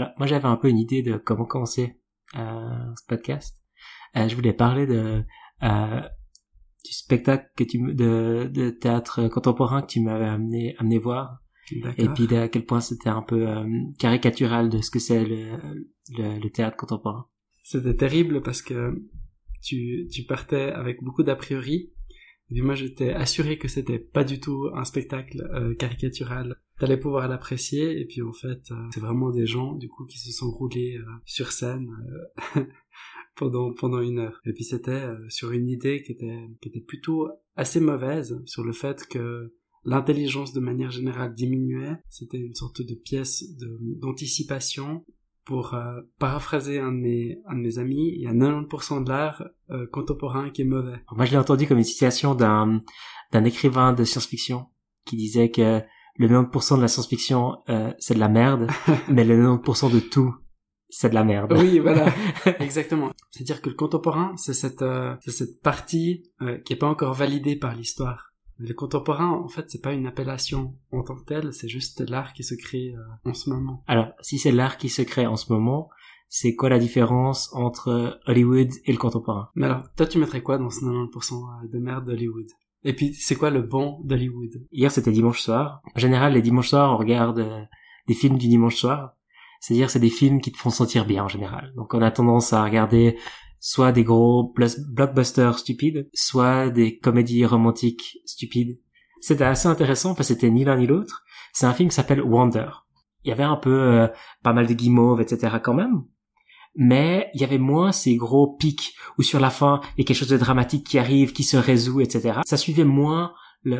Alors, moi, j'avais un peu une idée de comment commencer ce podcast. Je voulais parler du spectacle de théâtre contemporain que tu m'avais amené voir. D'accord. Et puis à quel point c'était un peu caricatural de ce que c'est le théâtre contemporain. C'était terrible parce que tu partais avec beaucoup d'a priori. Et puis moi, j'étais assuré que c'était pas du tout un spectacle caricatural. T'allais pouvoir l'apprécier, et puis en fait, c'est vraiment des gens, du coup, qui se sont roulés sur scène pendant 1 heure. Et puis c'était sur une idée qui était plutôt assez mauvaise, sur le fait que l'intelligence de manière générale diminuait. C'était une sorte de pièce d'anticipation. Pour paraphraser un de mes amis, il y a 90% de l'art contemporain qui est mauvais. Moi, je l'ai entendu comme une citation d'un écrivain de science-fiction qui disait que le 90% de la science-fiction, c'est de la merde, mais le 90% de tout, c'est de la merde. Oui, voilà, exactement. C'est-à-dire que le contemporain, c'est cette partie qui est pas encore validée par l'histoire. Le contemporain, en fait, c'est pas une appellation en tant que telle, c'est juste l'art qui se crée en ce moment. Alors, si c'est l'art qui se crée en ce moment, c'est quoi la différence entre Hollywood et le contemporain? Mais alors, toi, tu mettrais quoi dans ce 90% de merde d'Hollywood? Et puis, c'est quoi le bon d'Hollywood? Hier, c'était dimanche soir. En général, les dimanches soirs, on regarde des films du dimanche soir. C'est-à-dire, c'est des films qui te font sentir bien, en général. Donc, on a tendance à regarder soit des gros blockbusters stupides, soit des comédies romantiques stupides. C'était assez intéressant parce que c'était ni l'un ni l'autre. C'est un film qui s'appelle Wonder. Il y avait un peu pas mal de guimauves, etc. quand même. Mais il y avait moins ces gros pics où sur la fin, il y a quelque chose de dramatique qui arrive, qui se résout, etc. Ça suivait moins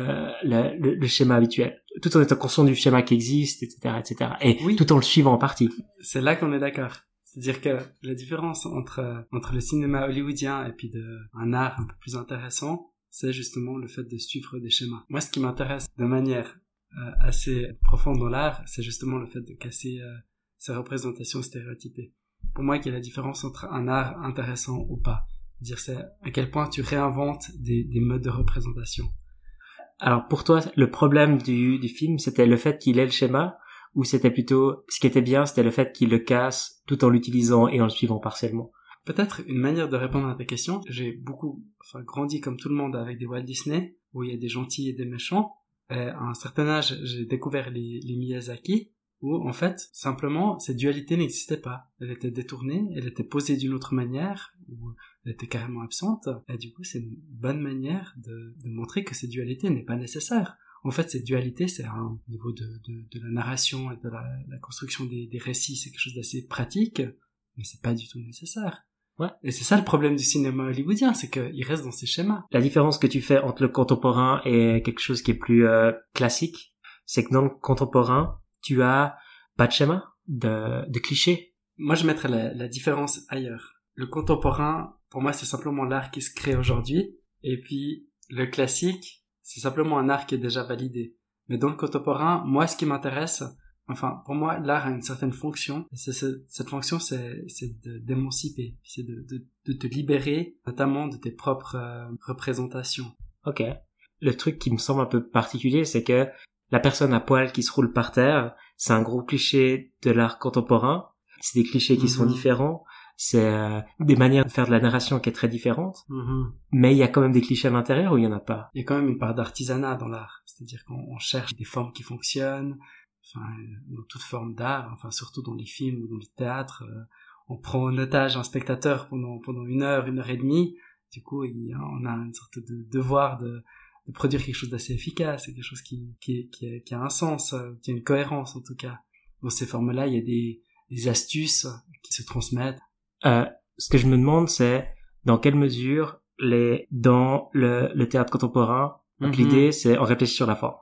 le schéma habituel, tout en étant conscient du schéma qui existe, etc., etc. Et oui, tout en le suivant en partie. C'est là qu'on est d'accord. C'est-à-dire que la différence entre le cinéma hollywoodien et puis un art un peu plus intéressant, c'est justement le fait de suivre des schémas. Moi, ce qui m'intéresse de manière assez profonde dans l'art, c'est justement le fait de casser ces représentations stéréotypées. Pour moi, il y a la différence entre un art intéressant ou pas. C'est-à-dire, c'est à quel point tu réinventes des modes de représentation. Alors, pour toi, le problème du film, c'était le fait qu'il ait le schéma, ou c'était plutôt, ce qui était bien, c'était le fait qu'il le casse tout en l'utilisant et en le suivant partiellement? Peut-être une manière de répondre à ta question. J'ai grandi comme tout le monde avec des Walt Disney, où il y a des gentils et des méchants. Et à un certain âge, j'ai découvert les Miyazaki, où en fait, simplement, cette dualité n'existait pas. Elle était détournée, elle était posée d'une autre manière, ou elle était carrément absente. Et du coup, c'est une bonne manière de montrer que cette dualité n'est pas nécessaire. En fait, cette dualité, c'est au niveau de la narration et de la construction des récits, c'est quelque chose d'assez pratique, mais c'est pas du tout nécessaire. Ouais. Et c'est ça le problème du cinéma hollywoodien, c'est qu'il reste dans ses schémas. La différence que tu fais entre le contemporain et quelque chose qui est plus classique, c'est que dans le contemporain, tu as pas de schéma, de clichés. Moi, je mettrais la différence ailleurs. Le contemporain, pour moi, c'est simplement l'art qui se crée aujourd'hui, et puis le classique, c'est simplement un art qui est déjà validé. Mais dans le contemporain, moi, ce qui m'intéresse, pour moi, l'art a une certaine fonction. Cette fonction, c'est d'émanciper, c'est de te libérer, notamment de tes propres représentations. Ok. Le truc qui me semble un peu particulier, c'est que la personne à poil qui se roule par terre, c'est un gros cliché de l'art contemporain. C'est des clichés qui sont différents. C'est des manières de faire de la narration qui est très différente. Mais il y a quand même des clichés à l'intérieur ou il y en a pas? Il y a quand même une part d'artisanat dans l'art. C'est-à-dire qu'on cherche des formes qui fonctionnent, dans toute forme d'art, surtout dans les films ou dans le théâtre. On prend en otage un spectateur pendant 1 heure, 1 heure et demie. Du coup, on a une sorte de devoir de produire quelque chose d'assez efficace, quelque chose qui a un sens, qui a une cohérence en tout cas. Dans ces formes-là, il y a des astuces qui se transmettent. Ce que je me demande, c'est dans quelle mesure dans le théâtre contemporain, l'idée, c'est on réfléchit sur la forme.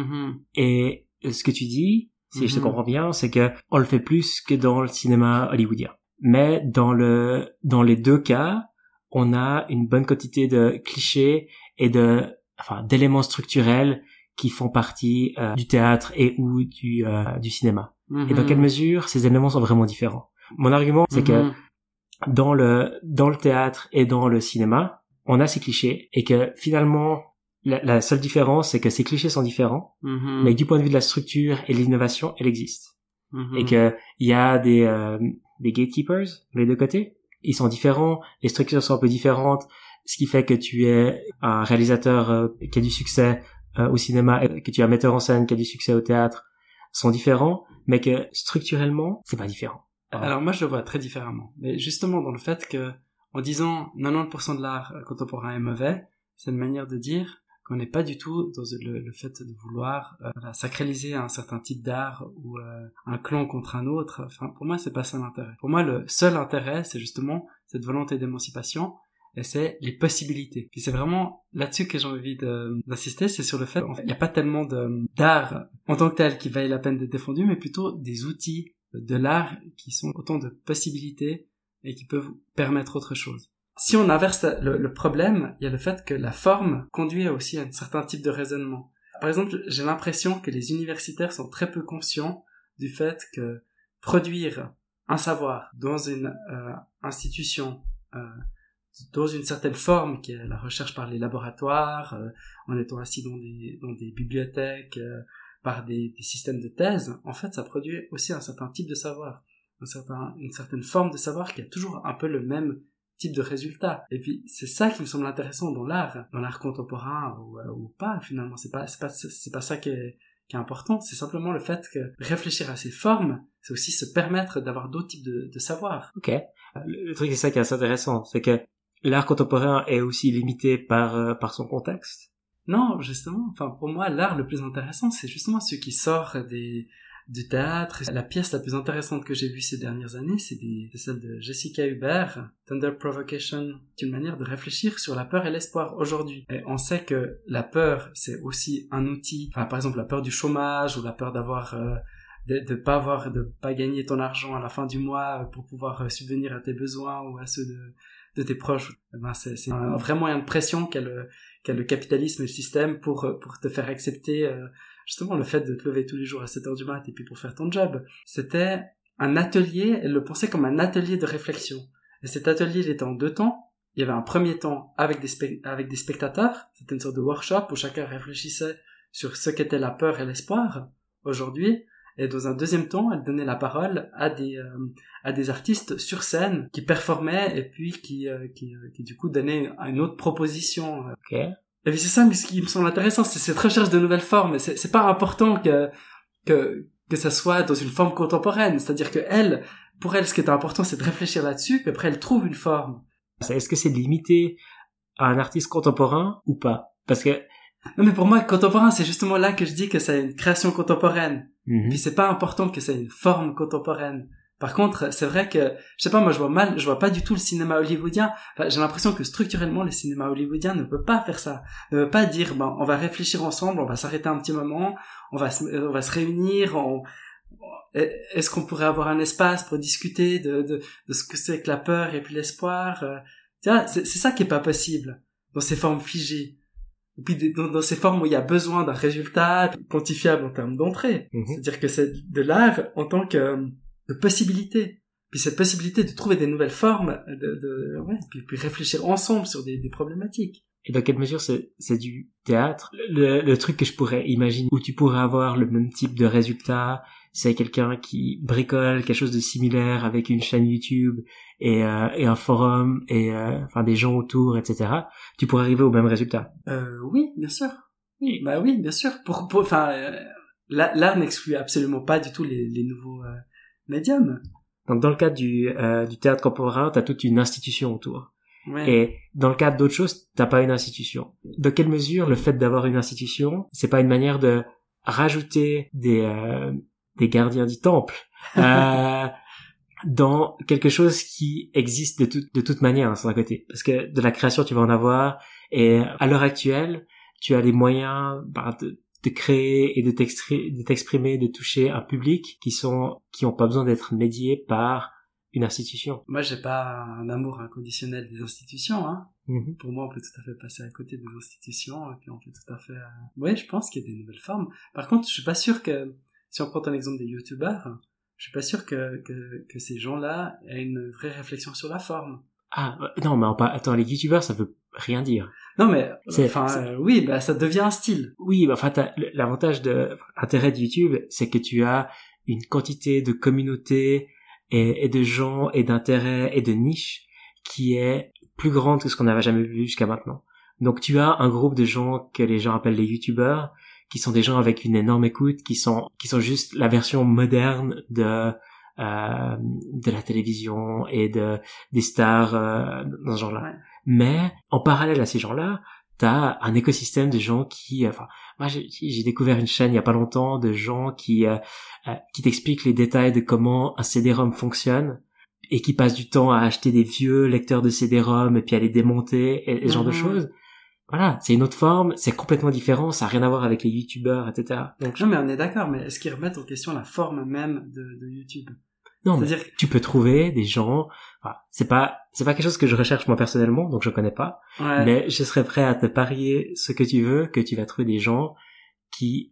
Et ce que tu dis, si je te comprends bien, c'est que on le fait plus que dans le cinéma hollywoodien. Mais dans les deux cas, on a une bonne quantité de clichés et d'éléments structurels qui font partie du théâtre et ou du cinéma. Et dans quelle mesure ces éléments sont vraiment différents? Mon argument, c'est que dans le théâtre et dans le cinéma, on a ces clichés et que finalement la seule différence, c'est que ces clichés sont différents, mais du point de vue de la structure et de l'innovation, elle existe. Et que il y a des gatekeepers les deux côtés. Ils sont différents, les structures sont un peu différentes, ce qui fait que tu es un réalisateur qui a du succès au cinéma, que tu es un metteur en scène qui a du succès au théâtre, sont différents, mais que structurellement, c'est pas différent. Alors moi, je le vois très différemment. Mais justement, dans le fait que, en disant 90% de l'art contemporain est mauvais, c'est une manière de dire qu'on n'est pas du tout dans le fait de vouloir sacraliser un certain type d'art ou un clan contre un autre. Enfin, pour moi, c'est pas ça l'intérêt. Pour moi, le seul intérêt, c'est justement cette volonté d'émancipation, et c'est les possibilités. Puis c'est vraiment là-dessus que j'ai envie d'insister, c'est sur le fait qu'il n'y a pas tellement d'art en tant que tel qui vaille la peine d'être défendu, mais plutôt des outils de l'art qui sont autant de possibilités et qui peuvent permettre autre chose. Si on inverse le problème, il y a le fait que la forme conduit aussi à un certain type de raisonnement. Par exemple, j'ai l'impression que les universitaires sont très peu conscients du fait que produire un savoir dans une institution, dans une certaine forme qui est la recherche par les laboratoires, en étant assis dans des bibliothèques, par des systèmes de thèse, en fait, ça produit aussi un certain type de savoir, une certaine forme de savoir qui a toujours un peu le même type de résultat. Et puis c'est ça qui me semble intéressant dans l'art contemporain ou pas, finalement. C'est pas ça qui est important. C'est simplement le fait que réfléchir à ces formes, c'est aussi se permettre d'avoir d'autres types de savoir. Ok. Le truc, c'est ça qui est assez intéressant, c'est que l'art contemporain est aussi limité par son contexte. Non, justement. Enfin, pour moi, l'art le plus intéressant, c'est justement ce qui sort du théâtre. La pièce la plus intéressante que j'ai vue ces dernières années, c'est celle de Jessica Huber, Thunder Provocation. C'est une manière de réfléchir sur la peur et l'espoir aujourd'hui. Et on sait que la peur, c'est aussi un outil. Enfin, par exemple, la peur du chômage ou la peur d'avoir de pas gagner ton argent à la fin du mois pour pouvoir subvenir à tes besoins ou à ceux de tes proches. C'est un vrai moyen de pression qu'a le capitalisme et le système pour te faire accepter justement le fait de te lever tous les jours à 7h du mat et puis pour faire ton job. C'était un atelier, elle le pensait comme un atelier de réflexion. Et cet atelier, il était en 2 temps. Il y avait un premier temps avec des spectateurs, c'était une sorte de workshop où chacun réfléchissait sur ce qu'était la peur et l'espoir aujourd'hui. Et dans un deuxième temps, elle donnait la parole à des artistes sur scène qui performaient et puis qui du coup donnaient une autre proposition. Ok. Et puis c'est ça, mais ce qui me semble intéressant, c'est cette recherche de nouvelles formes. C'est pas important que ça soit dans une forme contemporaine. C'est-à-dire que pour elle, ce qui est important, c'est de réfléchir là-dessus, puis après elle trouve une forme. Est-ce que c'est limité à un artiste contemporain ou pas? Parce que non, mais pour moi, contemporain, c'est justement là que je dis que c'est une création contemporaine. Mm-hmm. Puis c'est pas important que c'est une forme contemporaine. Par contre, c'est vrai que, je sais pas, moi je vois pas du tout le cinéma hollywoodien. Enfin, j'ai l'impression que structurellement, le cinéma hollywoodien ne peut pas faire ça. Ne peut pas dire, on va réfléchir ensemble, on va s'arrêter un petit moment, on va se réunir, est-ce qu'on pourrait avoir un espace pour discuter de ce que c'est que la peur et puis l'espoir. Tu vois, c'est ça qui est pas possible dans ces formes figées. Et puis dans ces formes où il y a besoin d'un résultat quantifiable en termes d'entrée. Mm-hmm. C'est-à-dire que c'est de l'art en tant que de possibilités. Puis cette possibilité de trouver des nouvelles formes, puis réfléchir ensemble sur des problématiques. Et dans quelle mesure c'est du théâtre? Le truc que je pourrais imaginer où tu pourrais avoir le même type de résultat, c'est quelqu'un qui bricole quelque chose de similaire avec une chaîne YouTube et un forum et enfin des gens autour, etc. Tu pourrais arriver au même résultat. Oui, bien sûr. Oui, bah oui, bien sûr. L'art n'exclut absolument pas du tout les nouveaux médiums. Donc dans le cadre du théâtre contemporain, t'as toute une institution autour. Ouais. Et dans le cadre d'autres choses, t'as pas une institution. De quelle mesure le fait d'avoir une institution, c'est pas une manière de rajouter des gardiens du temple dans quelque chose qui existe de toute manière hein, sur un côté? Parce que de la création, tu vas en avoir, et à l'heure actuelle, tu as les moyens de créer et de t'exprimer, de toucher un public qui ont pas besoin d'être médiés par une institution. Moi, j'ai pas un amour inconditionnel des institutions, hein. Mm-hmm. Pour moi, on peut tout à fait passer à côté des institutions, et puis on peut tout à fait... Oui, je pense qu'il y a des nouvelles formes. Par contre, je suis pas sûr que, si on prend ton exemple des youtubeurs, je suis pas sûr que ces gens-là aient une vraie réflexion sur la forme. Ah, non, mais attends, les youtubeurs, ça veut rien dire. Non, mais, oui, bah, ça devient un style. Oui, enfin, l'avantage l'intérêt de YouTube, c'est que tu as une quantité de communautés et de gens et d'intérêts et de niches qui est plus grande que ce qu'on n'avait jamais vu jusqu'à maintenant. Donc tu as un groupe de gens que les gens appellent les youtubeurs, qui sont des gens avec une énorme écoute, qui sont juste la version moderne de la télévision et des stars dans ce genre-là. Ouais. Mais en parallèle à ces gens-là, t'as un écosystème de gens qui, moi j'ai découvert une chaîne il y a pas longtemps de gens qui t'expliquent les détails de comment un CD-ROM fonctionne et qui passent du temps à acheter des vieux lecteurs de CD-ROM et puis à les démonter et ce genre de choses. Voilà, c'est une autre forme, c'est complètement différent, ça a rien à voir avec les youtubeurs, etc. Donc, non, mais on est d'accord, mais est-ce qu'ils remettent en question la forme même de YouTube? Non, c'est-à-dire que tu peux trouver des gens, c'est pas quelque chose que je recherche moi personnellement, donc je connais pas, ouais. Mais je serais prêt à te parier ce que tu veux, que tu vas trouver des gens qui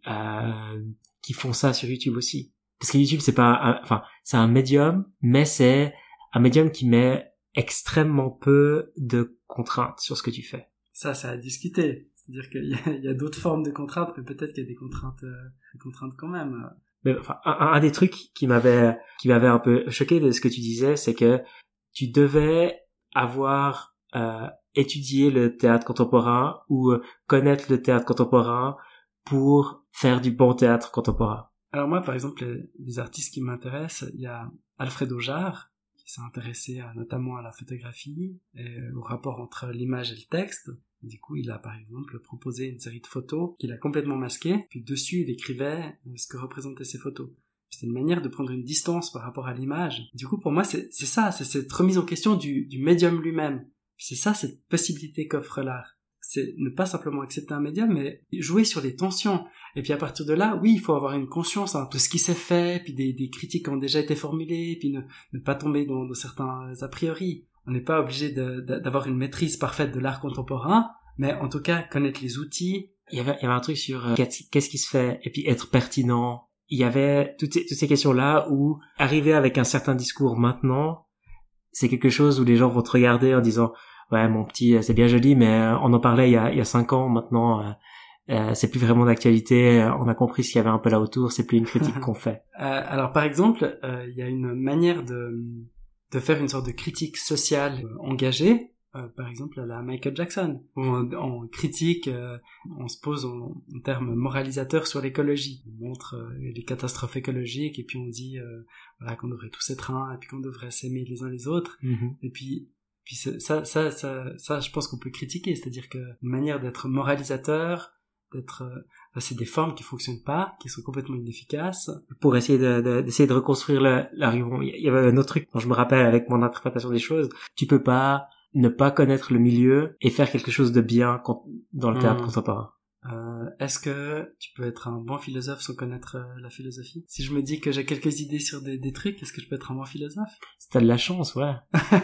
font ça sur YouTube aussi. Parce que YouTube, c'est un médium, mais c'est un médium qui met extrêmement peu de contraintes sur ce que tu fais. Ça a discuté. C'est-à-dire qu'il y a d'autres formes de contraintes, mais peut-être qu'il y a des contraintes quand même. Mais un des trucs qui m'avait un peu choqué de ce que tu disais, c'est que tu devais avoir étudié le théâtre contemporain ou connaître le théâtre contemporain pour faire du bon théâtre contemporain. Alors moi, par exemple, les artistes qui m'intéressent, il y a Alfredo Jarre, qui s'est intéressé notamment à la photographie et au rapport entre l'image et le texte. Du coup, il a par exemple proposé une série de photos qu'il a complètement masquées, puis dessus il écrivait ce que représentaient ces photos. C'était une manière de prendre une distance par rapport à l'image. Du coup, pour moi, c'est cette remise en question du médium lui-même. C'est ça, cette possibilité qu'offre l'art. C'est ne pas simplement accepter un médium, mais jouer sur les tensions. Et puis à partir de là, oui, il faut avoir une conscience de ce qui s'est fait, puis des critiques qui ont déjà été formulées, puis ne pas tomber dans certains a priori. On n'est pas obligé d'avoir une maîtrise parfaite de l'art contemporain, mais en tout cas connaître les outils. Il y avait un truc sur qu'est-ce qui se fait, et puis être pertinent. Il y avait toutes ces questions-là où arriver avec un certain discours maintenant, c'est quelque chose où les gens vont te regarder en disant ouais mon petit c'est bien joli, mais on en parlait il y a 5 ans, maintenant c'est plus vraiment d'actualité, on a compris ce qu'il y avait un peu là autour, c'est plus une critique qu'on fait. Alors par exemple, il y a une manière de faire une sorte de critique sociale engagée, par exemple à la Michael Jackson, où on critique, on se pose en termes moralisateurs sur l'écologie, on montre les catastrophes écologiques et puis on dit voilà qu'on devrait tous être un et puis qu'on devrait s'aimer les uns les autres, et puis ça je pense qu'on peut critiquer, c'est-à-dire que une manière d'être moralisateur, c'est des formes qui fonctionnent pas, qui sont complètement inefficaces. Pour essayer d'essayer de reconstruire l'argument, il y avait un autre truc dont je me rappelle avec mon interprétation des choses. Tu peux pas ne pas connaître le milieu et faire quelque chose de bien dans le théâtre contemporain. Est-ce que tu peux être un bon philosophe sans connaître la philosophie? Si je me dis que j'ai quelques idées sur des trucs, est-ce que je peux être un bon philosophe? Si t'as de la chance, ouais.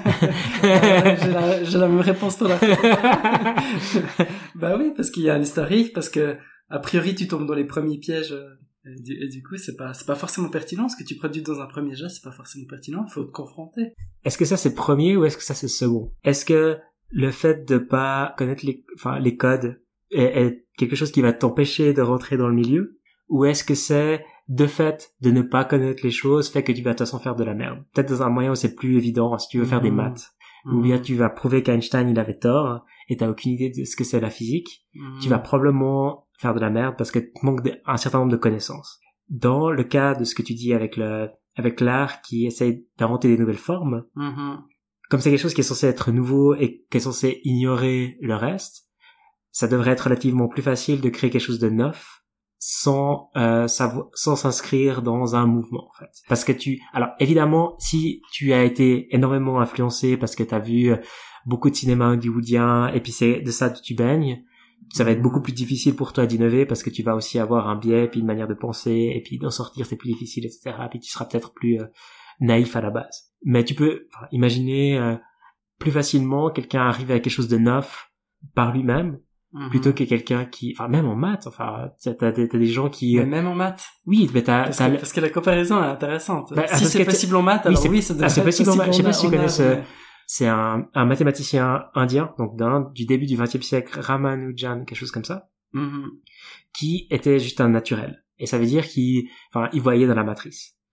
J'ai la même réponse pour la Bah oui, parce qu'il y a un historique, parce que a priori tu tombes dans les premiers pièges et du coup c'est pas forcément pertinent. Ce que tu produis dans un premier jet, c'est pas forcément pertinent, il faut te confronter. Est-ce que ça c'est premier ou est-ce que ça c'est second? Est-ce que le fait de pas connaître les codes est quelque chose qui va t'empêcher de rentrer dans le milieu, ou est-ce que c'est de fait de ne pas connaître les choses fait que tu vas de toute façon faire de la merde? Peut-être dans un moyen où c'est plus évident, si tu veux faire des maths, ou bien tu vas prouver qu'Einstein il avait tort et t'as aucune idée de ce que c'est la physique, tu vas probablement faire de la merde parce que tu manques un certain nombre de connaissances. Dans le cas de ce que tu dis avec l'art qui essaye d'inventer des nouvelles formes, comme c'est quelque chose qui est censé être nouveau et qui est censé ignorer le reste, ça devrait être relativement plus facile de créer quelque chose de neuf sans s'inscrire dans un mouvement, en fait. Parce que alors évidemment, si tu as été énormément influencé parce que t'as vu beaucoup de cinéma hollywoodien et puis c'est de ça que tu baignes, ça va être beaucoup plus difficile pour toi d'innover parce que tu vas aussi avoir un biais puis une manière de penser et puis d'en sortir c'est plus difficile, etc. Puis tu seras peut-être plus naïf à la base. Mais tu peux imaginer plus facilement quelqu'un arriver à quelque chose de neuf par lui-même plutôt que quelqu'un qui, même en maths, t'as des gens qui... Mais même en maths. Oui, mais parce que la comparaison est intéressante. Si c'est possible en maths, alors oui, ça devrait être possible en maths. Je sais pas si tu connais c'est un mathématicien indien, donc du début du XXe siècle, Ramanujan, quelque chose comme ça, qui était juste un naturel. Et ça veut dire qu'il voyait dans la matrice.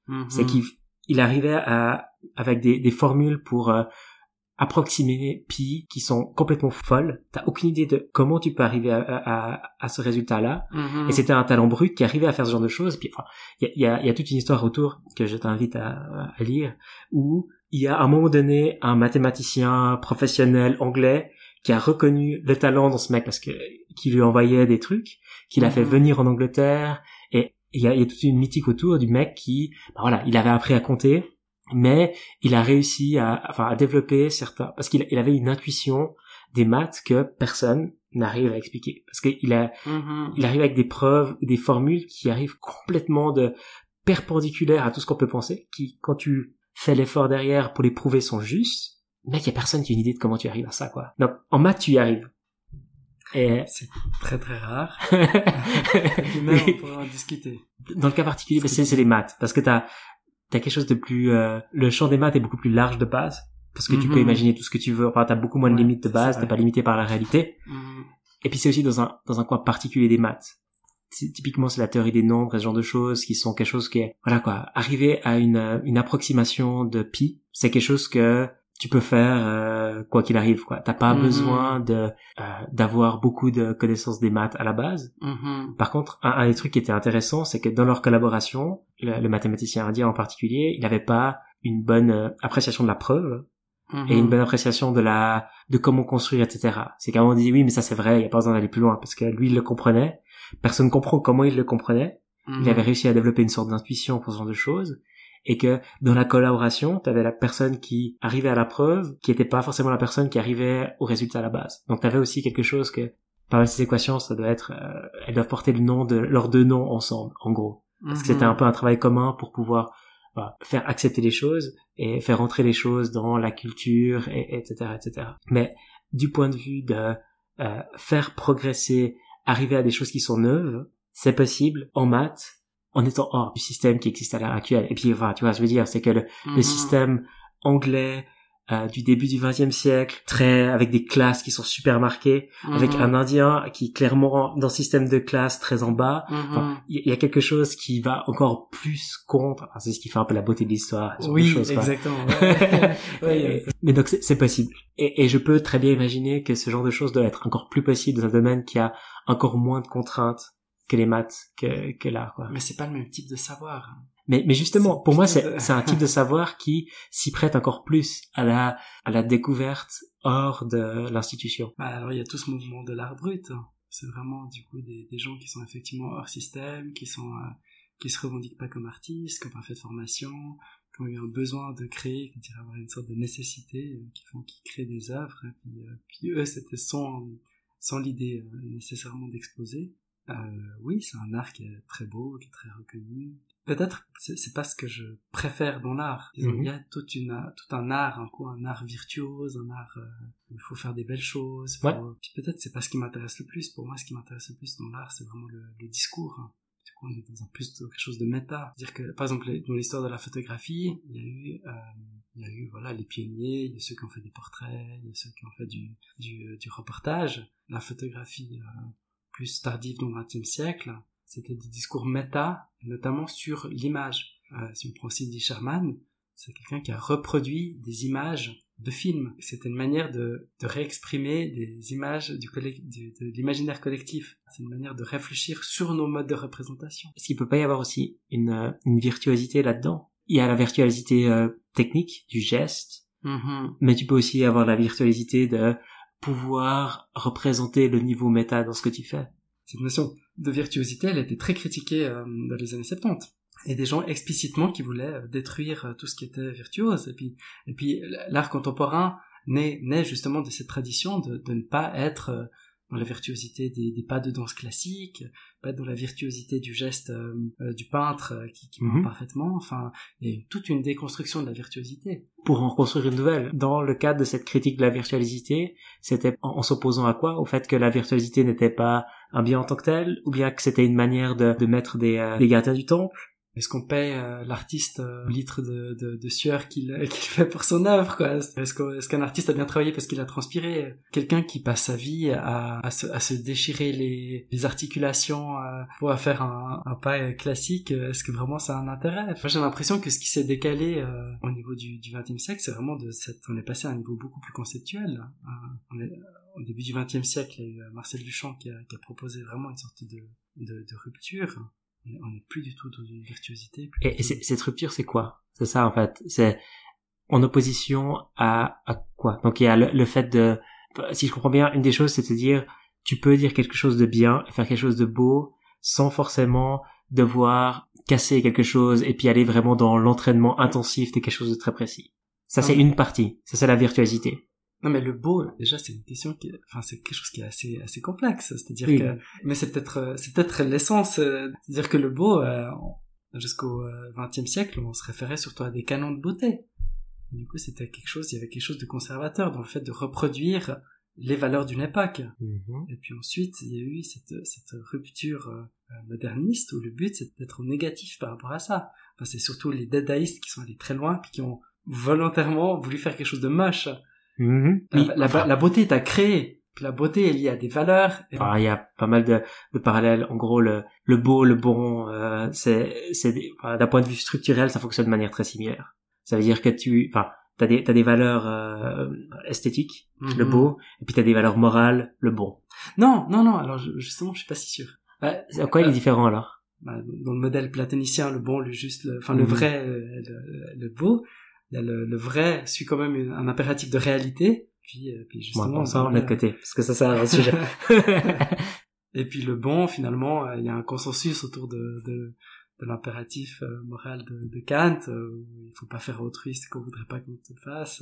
C'est qu'il arrivait avec des formules pour approximer pi qui sont complètement folles. T'as aucune idée de comment tu peux arriver à ce résultat-là. Et c'était un talent brut qui arrivait à faire ce genre de choses. Et puis, enfin, il y a toute une histoire autour que je t'invite à lire, où il y a à un moment donné un mathématicien professionnel anglais qui a reconnu le talent dans ce mec parce que qui lui envoyait des trucs, qu'il a fait venir en Angleterre, et il y a toute une mythique autour du mec qui, voilà, il avait appris à compter, mais il a réussi à développer certains, parce qu'il avait une intuition des maths que personne n'arrive à expliquer, parce qu'il il arrive avec des preuves, des formules qui arrivent complètement perpendiculaires à tout ce qu'on peut penser, qui, quand tu fais l'effort derrière pour les prouver, sont justes. Mec, il y a personne qui a une idée de comment tu arrives à ça, quoi. Donc, en maths, tu y arrives. Et c'est très très rare. Et même, on pourrait en discuter. Dans le cas particulier, c'est les maths, parce que t'as quelque chose de plus, le champ des maths est beaucoup plus large de base, parce que tu peux imaginer tout ce que tu veux. Enfin, t'as beaucoup moins de limites de base, t'es pas limité par la réalité. Et puis c'est aussi dans un coin particulier des maths. Typiquement, c'est la théorie des nombres et ce genre de choses qui sont quelque chose qui est, voilà quoi, arriver à une approximation de pi, c'est quelque chose que tu peux faire quoi qu'il arrive, quoi. T'as pas besoin d'avoir beaucoup de connaissances des maths à la base. Par contre, un des trucs qui était intéressant, c'est que dans leur collaboration, le mathématicien indien en particulier, il avait pas une bonne appréciation de la preuve et une bonne appréciation de comment construire, etc. C'est qu'à un moment on dit oui, mais ça c'est vrai, il y a pas besoin d'aller plus loin, parce que lui il le comprenait, personne comprend comment il le comprenait. Il avait réussi à développer une sorte d'intuition pour ce genre de choses. Et que dans la collaboration, t'avais la personne qui arrivait à la preuve, qui était pas forcément la personne qui arrivait au résultat à la base. Donc t'avais aussi quelque chose que, parmi ces équations, ça doit être, elles doivent porter le nom de leurs deux noms ensemble, en gros. Parce que c'était un peu un travail commun pour pouvoir faire accepter les choses et faire entrer les choses dans la culture, etc., etc. Mais du point de vue de faire progresser, arriver à des choses qui sont neuves, c'est possible en maths, en étant hors du système qui existe à l'heure actuelle. Et puis, enfin, tu vois, je veux dire, c'est que le système anglais du début du XXe siècle, avec des classes qui sont super marquées, avec un Indien qui clairement dans le système de classe très en bas. Enfin, il y a quelque chose qui va encore plus contre. Enfin, c'est ce qui fait un peu la beauté de l'histoire. Oui, choses, exactement. Mais donc c'est possible. Et je peux très bien imaginer que ce genre de choses doit être encore plus possible dans un domaine qui a encore moins de contraintes que les maths, que l'art, quoi. Mais c'est pas le même type de savoir. Mais justement, pour moi, c'est un type de savoir qui s'y prête encore plus à la découverte hors de l'institution. Alors, il y a tout ce mouvement de l'art brut. C'est vraiment, du coup, des gens qui sont effectivement hors système, qui se revendiquent pas comme artistes, qui n'ont pas fait de formation, qui ont eu un besoin de créer, qui dirait avoir une sorte de nécessité, qui créent des œuvres, puis eux, c'était sans l'idée nécessairement d'exposer. Oui, c'est un art qui est très beau, qui est très reconnu. Peut-être, c'est pas ce que je préfère dans l'art. Il y a tout un art, un art virtuose, un art où il faut faire des belles choses. Puis peut-être c'est pas ce qui m'intéresse le plus. Pour moi, ce qui m'intéresse le plus dans l'art, c'est vraiment le discours. Du coup, on est dans quelque chose de méta. C'est-à-dire que, par exemple, dans l'histoire de la photographie, il y a eu voilà, les pionniers, il y a ceux qui ont fait des portraits, il y a ceux qui ont fait du reportage. La photographie plus tardive dans le XXe siècle, c'était des discours méta, notamment sur l'image. Si on prend Cindy Sherman, c'est quelqu'un qui a reproduit des images de films. C'était une manière de réexprimer des images de l'imaginaire collectif. C'est une manière de réfléchir sur nos modes de représentation. Est-ce qu'il peut pas y avoir aussi une virtuosité là-dedans? Il y a la virtuosité technique du geste, mais tu peux aussi avoir la virtuosité de pouvoir représenter le niveau méta dans ce que tu fais. Cette notion de virtuosité, elle était très critiquée dans les années 70. Et des gens explicitement qui voulaient détruire tout ce qui était virtuose. Et puis l'art contemporain naît justement de cette tradition de ne pas être dans la virtuosité des pas de danse classique, pas être dans la virtuosité du geste du peintre qui peint parfaitement. Enfin, il y a toute une déconstruction de la virtuosité. Pour en construire une nouvelle, dans le cadre de cette critique de la virtuosité, c'était en s'opposant à quoi? Au fait que la virtuosité n'était pas un bien en tant que tel, ou bien que c'était une manière de mettre des gardiens du temple, est-ce qu'on paye l'artiste litre de sueur qu'il fait pour son œuvre, quoi? Est-ce qu'un artiste a bien travaillé parce qu'il a transpiré? Quelqu'un qui passe sa vie à se déchirer les articulations pour faire un pas classique, est-ce que vraiment ça a un intérêt? Enfin, j'ai l'impression que ce qui s'est décalé au niveau du XXe siècle, c'est vraiment on est passé à un niveau beaucoup plus conceptuel. Au début du XXe siècle, il y a eu Marcel Duchamp qui a proposé vraiment une sorte de rupture. On n'est plus du tout dans une virtuosité. Et cette rupture, c'est quoi? C'est ça, en fait. C'est en opposition à quoi? Donc, il y a le fait de, si je comprends bien, une des choses, c'est de dire, tu peux dire quelque chose de bien et faire quelque chose de beau sans forcément devoir casser quelque chose et puis aller vraiment dans l'entraînement intensif de quelque chose de très précis. Ça, c'est une partie. Ça, c'est la virtuosité. Non, mais le beau, déjà, c'est une question c'est quelque chose qui est assez complexe. C'est-à-dire que, mais c'est peut-être l'essence. C'est-à-dire que le beau, jusqu'au XXe siècle, on se référait surtout à des canons de beauté. Et du coup, il y avait quelque chose de conservateur dans le fait de reproduire les valeurs d'une époque. Mm-hmm. Et puis ensuite, il y a eu cette rupture moderniste où le but, c'est d'être négatif par rapport à ça. Enfin, c'est surtout les dadaïstes qui sont allés très loin puis qui ont volontairement voulu faire quelque chose de moche. Mm-hmm. La beauté est à créer. La beauté est liée à des valeurs. Il y a pas mal de parallèles. En gros, le beau, le bon, d'un point de vue structurel, ça fonctionne de manière très similaire. Ça veut dire que t'as des valeurs esthétiques, mm-hmm. le beau, et puis t'as des valeurs morales, le bon. Non. Alors justement, je suis pas si sûr. En quoi il est différent alors? Dans le modèle platonicien, le bon, le juste, le vrai, le beau. Il y a le vrai suit quand même un impératif de réalité. Puis justement, ça on met de côté parce que ça c'est un sujet. Et puis le bon, finalement, il y a un consensus autour de l'impératif moral de Kant. Il faut pas faire autrui ce qu'on voudrait pas qu'on te fasse.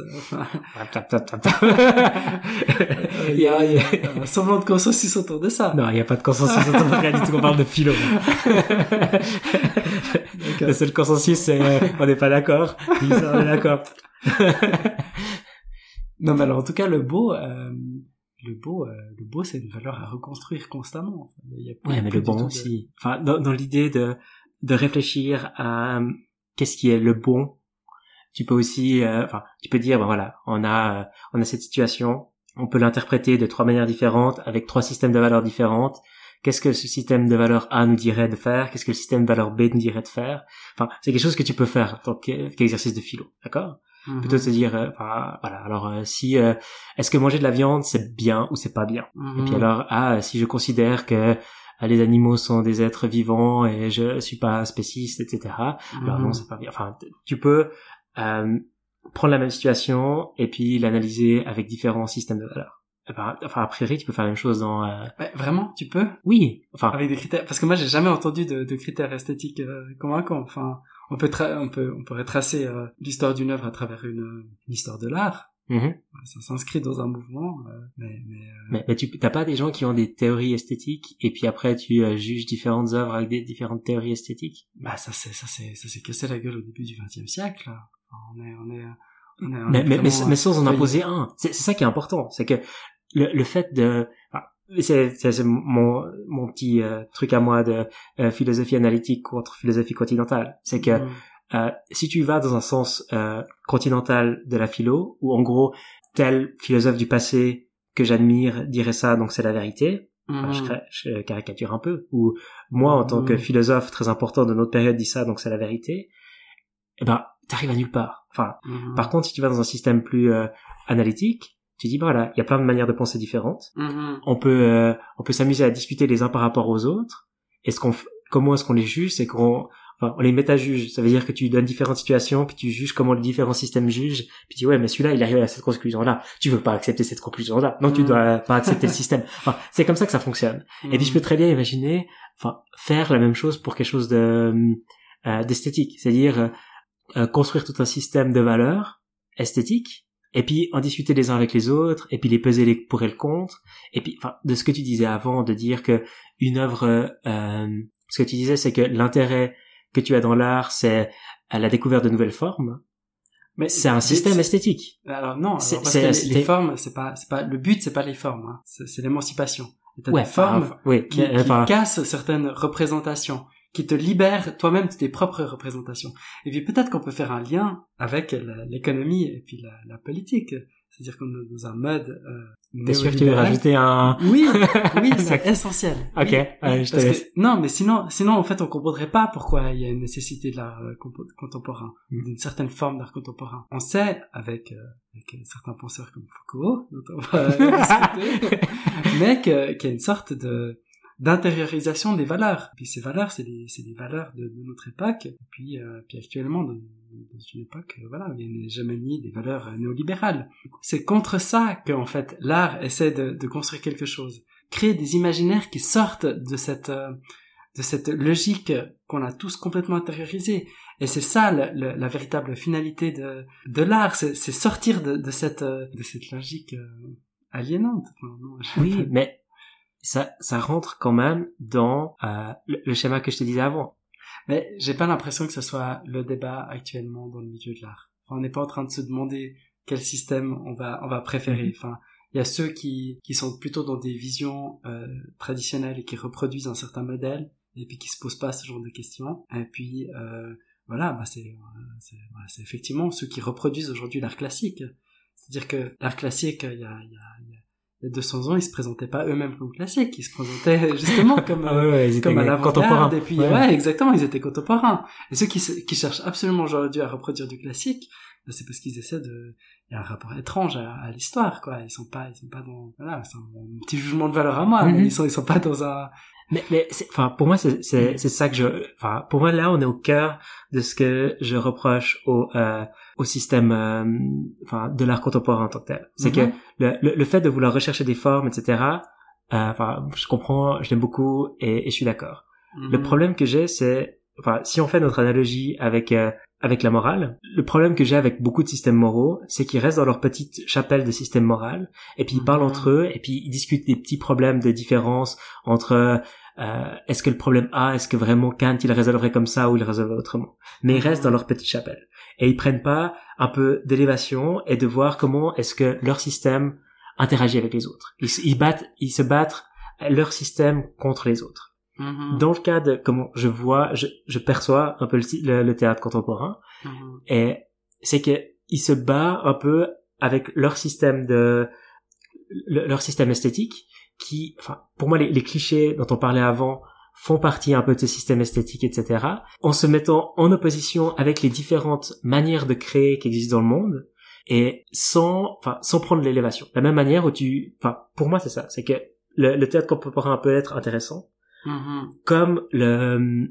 Il y a un semblant de consensus autour de ça. Non, il y a pas de consensus autour de la réalité. On parle de philo. Le seul consensus, c'est on n'est pas d'accord. On est d'accord. Non, mais alors en tout cas, le beau, c'est une valeur à reconstruire constamment. Ouais, mais le bon aussi. Enfin, dans l'idée de réfléchir à qu'est-ce qui est le bon, tu peux aussi, tu peux dire, voilà, on a cette situation, on peut l'interpréter de 3 manières différentes, avec 3 systèmes de valeurs différentes. Qu'est-ce que ce système de valeur A nous dirait de faire? Qu'est-ce que le système de valeur B nous dirait de faire? Enfin, c'est quelque chose que tu peux faire en tant qu'exercice de philo, d'accord? Mm-hmm. Plutôt se dire, alors si est-ce que manger de la viande c'est bien ou c'est pas bien? Mm-hmm. Et puis alors, si je considère que les animaux sont des êtres vivants et je suis pas spéciste, etc. Mm-hmm. Alors non, c'est pas bien. Enfin, tu peux prendre la même situation et puis l'analyser avec différents systèmes de valeurs. A priori, tu peux faire la même chose dans... Vraiment, tu peux? Oui. Avec des critères... Parce que moi, j'ai jamais entendu de critères esthétiques convaincants. Enfin, on peut retracer l'histoire d'une œuvre à travers une histoire de l'art. Mm-hmm. Ça s'inscrit dans un mouvement, mais tu t'as pas des gens qui ont des théories esthétiques et puis après tu juges différentes œuvres avec des différentes théories esthétiques? Ça s'est cassé la gueule au début du XXe siècle. Mais sans en imposer un. C'est ça qui est important. C'est que le fait de... c'est mon petit truc à moi de philosophie analytique contre philosophie continentale. C'est que si tu vas dans un sens continental de la philo, où en gros, tel philosophe du passé que j'admire dirait ça, donc c'est la vérité, je caricature un peu, ou moi en tant que philosophe très important de notre période dit ça, donc c'est la vérité, t'arrives à nulle part. Par contre, si tu vas dans un système plus analytique, tu dis voilà, il y a plein de manières de penser différentes. Mm-hmm. On peut s'amuser à discuter les uns par rapport aux autres. Comment est-ce qu'on les juge? C'est on les méta-juge. Ça veut dire que tu donnes différentes situations, puis tu juges comment les différents systèmes jugent, puis tu dis ouais, mais celui-là, il arrive à cette conclusion-là. Tu veux pas accepter cette conclusion-là. Non, tu dois pas accepter le système. C'est comme ça que ça fonctionne. Et puis je peux très bien imaginer, faire la même chose pour quelque chose d'esthétique. C'est-à-dire, construire tout un système de valeurs esthétiques, et puis en discuter les uns avec les autres, et puis les peser les pour et le contre, et puis de ce que tu disais avant, de dire que une œuvre, ce que tu disais, c'est que l'intérêt que tu as dans l'art, c'est la découverte de nouvelles formes. Mais c'est un système esthétique. Alors non, parce que les formes, c'est pas le but, c'est pas les formes, hein. C'est l'émancipation. T'as des formes qui cassent certaines représentations, qui te libère toi-même de tes propres représentations. Et puis peut-être qu'on peut faire un lien avec l'économie et puis la politique. C'est-à-dire qu'on est dans un mode T'es sûr que tu veux rajouter un... Oui, c'est essentiel. Ok, oui, je te laisse. Non, mais sinon, en fait, on comprendrait pas pourquoi il y a une nécessité de l'art contemporain, d'une certaine forme d'art contemporain. On sait, avec certains penseurs comme Foucault, dont on va discuter, mais qu'il y a une sorte d'intériorisation des valeurs. Et puis ces valeurs, c'est des valeurs de notre époque. Et puis actuellement, dans une époque, voilà, il y a une hégémonie des valeurs néolibérales. C'est contre ça qu'en fait l'art essaie de construire quelque chose, créer des imaginaires qui sortent de cette logique qu'on a tous complètement intériorisée. Et c'est ça la véritable finalité de l'art, c'est sortir de cette logique aliénante. Enfin, non, oui, mais ça rentre quand même dans le schéma que je te disais avant. Mais j'ai pas l'impression que ce soit le débat actuellement dans le milieu de l'art. Enfin, on n'est pas en train de se demander quel système on va préférer. Enfin, il y a ceux qui sont plutôt dans des visions traditionnelles et qui reproduisent un certain modèle et puis qui se posent pas ce genre de questions. Et puis voilà, c'est effectivement ceux qui reproduisent aujourd'hui l'art classique. C'est-à-dire que l'art classique, il y a 200 ans, ils se présentaient pas eux-mêmes comme classiques, ils se présentaient justement comme comme à l'avant-garde, et puis exactement, ils étaient contemporains. Et ceux qui cherchent absolument aujourd'hui à reproduire du classique, c'est parce qu'ils essaient il y a un rapport étrange à l'histoire, quoi. Ils sont pas dans, voilà, c'est un petit jugement de valeur à moi, mais ils sont pas dans un... Mais enfin, pour moi, c'est ça que pour moi, là, on est au cœur de ce que je reproche au système, de l'art contemporain en tant que tel. C'est que le fait de vouloir rechercher des formes, etc., je comprends, je l'aime beaucoup et je suis d'accord. Le problème que j'ai, c'est, si on fait notre analogie avec la morale, le problème que j'ai avec beaucoup de systèmes moraux, c'est qu'ils restent dans leur petite chapelle de système moral, et puis ils parlent entre eux, et puis ils discutent des petits problèmes de différence entre est-ce que le problème A, est-ce que vraiment Kant il résolverait comme ça ou il résolverait autrement. Mais ils restent dans leur petite chapelle. Et ils prennent pas un peu d'élévation et de voir comment est-ce que leur système interagit avec les autres. Ils se battent leur système contre les autres. Dans le cas de comment je perçois un peu le théâtre contemporain, et c'est que ils se battent un peu avec leur système leur système esthétique qui, pour moi, les clichés dont on parlait avant font partie un peu de ce système esthétique, etc., en se mettant en opposition avec les différentes manières de créer qui existent dans le monde, et sans prendre l'élévation. La même manière où pour moi, c'est ça, c'est que le théâtre contemporain peut être intéressant, comme le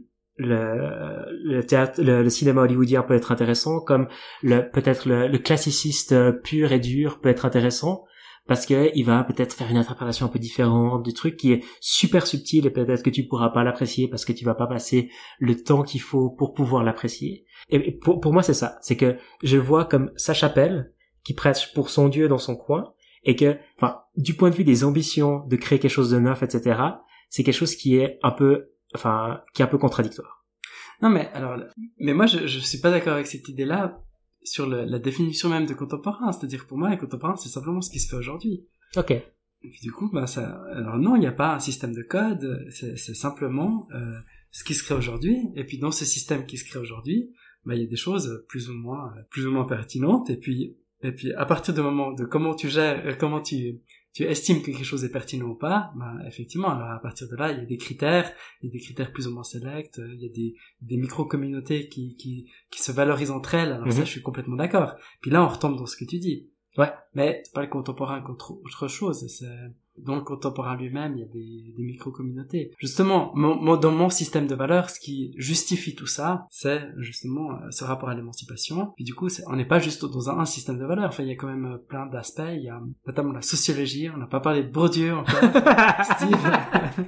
théâtre, le cinéma hollywoodien peut être intéressant, comme peut-être le classiciste pur et dur peut être intéressant, parce que il va peut-être faire une interprétation un peu différente du truc qui est super subtil et peut-être que tu pourras pas l'apprécier parce que tu vas pas passer le temps qu'il faut pour pouvoir l'apprécier. Et pour moi, c'est ça. C'est que je le vois comme sa chapelle qui prêche pour son Dieu dans son coin et que, du point de vue des ambitions de créer quelque chose de neuf, etc., c'est quelque chose qui est un peu contradictoire. Non, mais moi, je suis pas d'accord avec cette idée-là sur la définition même de contemporain. C'est-à-dire, pour moi, les contemporains, c'est simplement ce qui se fait aujourd'hui. Ok. Et puis, du coup, alors non, il n'y a pas un système de code, c'est simplement ce qui se crée aujourd'hui. Et puis, dans ce système qui se crée aujourd'hui, il y a des choses plus ou moins pertinentes. Et puis, à partir du moment de comment tu gères, comment tu estimes que quelque chose est pertinent ou pas, effectivement, à partir de là, il y a des critères plus ou moins sélects, il y a des micro-communautés qui se valorisent entre elles, alors ça, je suis complètement d'accord. Puis là, on retombe dans ce que tu dis. Ouais. Mais c'est pas le contemporain contre autre chose, dans le contemporain lui-même, il y a des micro-communautés. Justement, dans mon système de valeurs, ce qui justifie tout ça, c'est justement ce rapport à l'émancipation. Puis du coup, on n'est pas juste dans un système de valeurs. Enfin, il y a quand même plein d'aspects. Il y a notamment la sociologie. On n'a pas parlé de Bourdieu encore. Steve.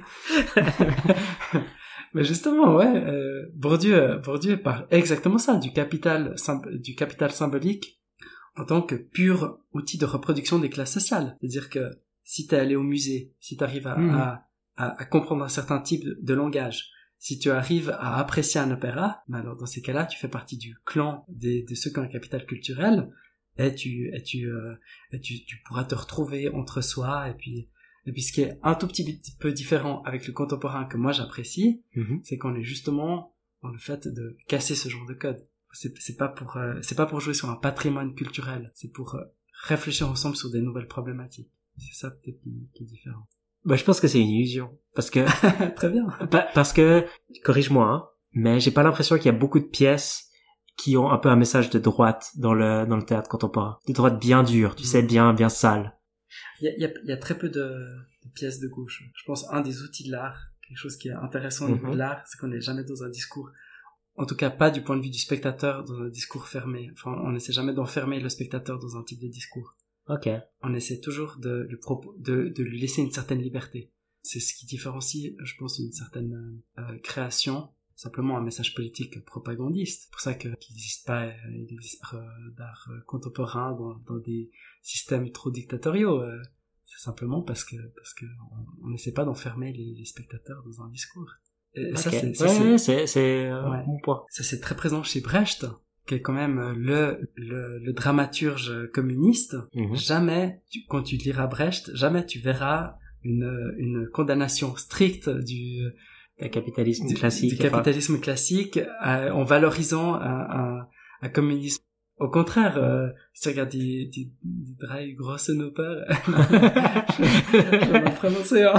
Mais justement, Bourdieu parle exactement ça, du capital symbolique en tant que pur outil de reproduction des classes sociales. C'est-à-dire que si t'es allé au musée, si t'arrives à comprendre un certain type de langage, si tu arrives à apprécier un opéra, alors dans ces cas-là, tu fais partie du clan de ceux qui ont un capital culturel, et tu pourras te retrouver entre soi, et Et puis ce qui est un tout petit peu différent avec le contemporain que moi j'apprécie, c'est qu'on est justement dans le fait de casser ce genre de code. C'est pas pour jouer sur un patrimoine culturel, c'est pour réfléchir ensemble sur des nouvelles problématiques. C'est ça peut-être qui est différent. Bah, je pense que c'est une illusion. Parce que... Très bien. Parce que, corrige-moi, hein, mais j'ai pas l'impression qu'il y a beaucoup de pièces qui ont un peu un message de droite dans le théâtre contemporain. De droite bien dure, tu sais, bien sale. Il y a très peu de pièces de gauche. Je pense un des outils de l'art, quelque chose qui est intéressant au niveau de l'art, c'est qu'on n'est jamais dans un discours, en tout cas pas du point de vue du spectateur, dans un discours fermé. Enfin, on n'essaie jamais d'enfermer le spectateur dans un type de discours. Ok. On essaie toujours de lui laisser une certaine liberté. C'est ce qui différencie, je pense, une certaine création, simplement un message politique propagandiste. C'est pour ça qu'il n'existe pas d'art contemporain dans des systèmes trop dictatoriaux. C'est simplement parce que on n'essaie pas d'enfermer les spectateurs dans un discours. Et okay. ça, c'est mon point. Ça, c'est très présent chez Brecht, qui est quand même le dramaturge communiste. Jamais, quand tu liras Brecht, jamais tu verras une condamnation stricte du capitalisme classique. Du capitalisme classique, en valorisant un communisme. Au contraire, si tu regardes die drei großen Oper, je vais me prononcer, hein.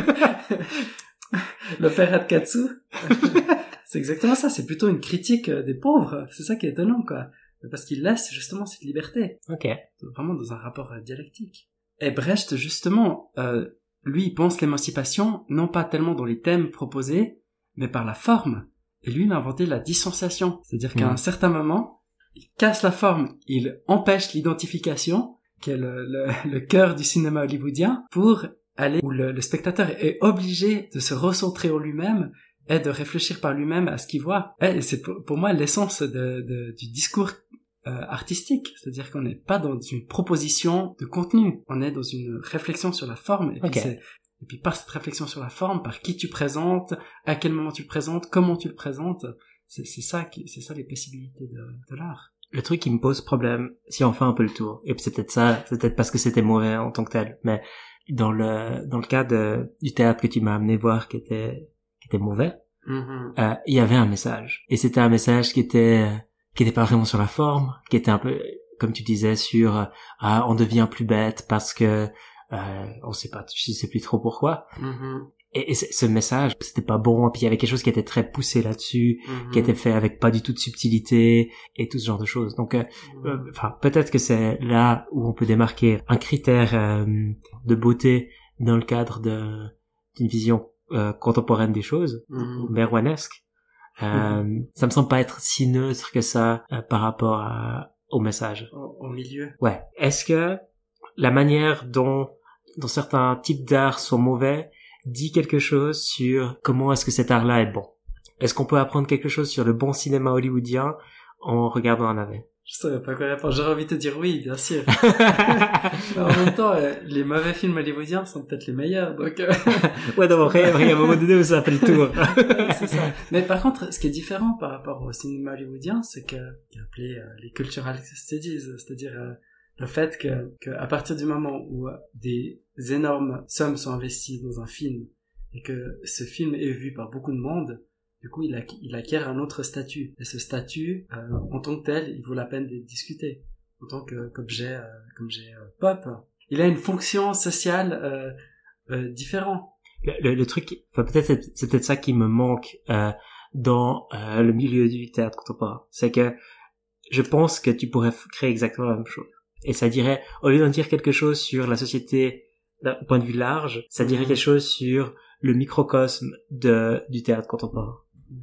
L'opéra de Katsu, c'est exactement ça, c'est plutôt une critique des pauvres, c'est ça qui est étonnant, quoi. Parce qu'il laisse justement cette liberté. Ok. Vraiment dans un rapport dialectique. Et Brecht, justement, lui, il pense l'émancipation, non pas tellement dans les thèmes proposés, mais par la forme. Et lui, il a inventé la distanciation. C'est-à-dire qu'à un certain moment, il casse la forme, il empêche l'identification, qui est le cœur du cinéma hollywoodien, pour aller où le spectateur est obligé de se recentrer en lui-même et de réfléchir par lui-même à ce qu'il voit. Et c'est pour moi l'essence du discours artistique, c'est-à-dire qu'on n'est pas dans une proposition de contenu, on est dans une réflexion sur la forme, et puis par cette réflexion sur la forme, par qui tu présentes, à quel moment tu le présentes, comment tu le présentes, c'est ça les possibilités de l'art. Le truc qui me pose problème, si on fait un peu le tour, et c'est peut-être parce que c'était mauvais en tant que tel, mais dans le cas du théâtre que tu m'as amené voir qui était mauvais, il y avait un message, et c'était un message qui était pas vraiment sur la forme, qui était un peu, comme tu disais, sur on devient plus bête parce que on sait pas, je sais plus trop pourquoi. Et ce message, c'était pas bon, et puis il y avait quelque chose qui était très poussé là-dessus, qui était fait avec pas du tout de subtilité, et tout ce genre de choses. Donc, peut-être que c'est là où on peut démarquer un critère de beauté dans le cadre d'une vision contemporaine des choses, merwanesque. Ça me semble pas être si neutre que ça par rapport au message. Au milieu. Ouais. Est-ce que la manière dont certains types d'art sont mauvais dit quelque chose sur comment est-ce que cet art-là est bon? Est-ce qu'on peut apprendre quelque chose sur le bon cinéma hollywoodien en regardant un navet? Je saurais pas quoi répondre. J'aurais envie de te dire oui, bien sûr. Mais en même temps, les mauvais films hollywoodiens sont peut-être les meilleurs, donc... Ouais, d'abord, il y a un moment donné où ça fait le tour. C'est ça. Mais par contre, ce qui est différent par rapport au cinéma hollywoodien, c'est qu'il y a appelé les cultural studies, c'est-à-dire le fait que à partir du moment où des énormes sommes sont investies dans un film et que ce film est vu par beaucoup de monde, du coup il acquiert un autre statut, et ce statut en tant que tel il vaut la peine d'être discuté en tant qu'objet pop. Il a une fonction sociale différente. Le truc, c'est peut-être ça qui me manque dans le milieu du théâtre contemporain, c'est que je pense que tu pourrais créer exactement la même chose. Et ça dirait, au lieu d'en dire quelque chose sur la société d'un point de vue large, ça dirait quelque chose sur le microcosme du théâtre contemporain.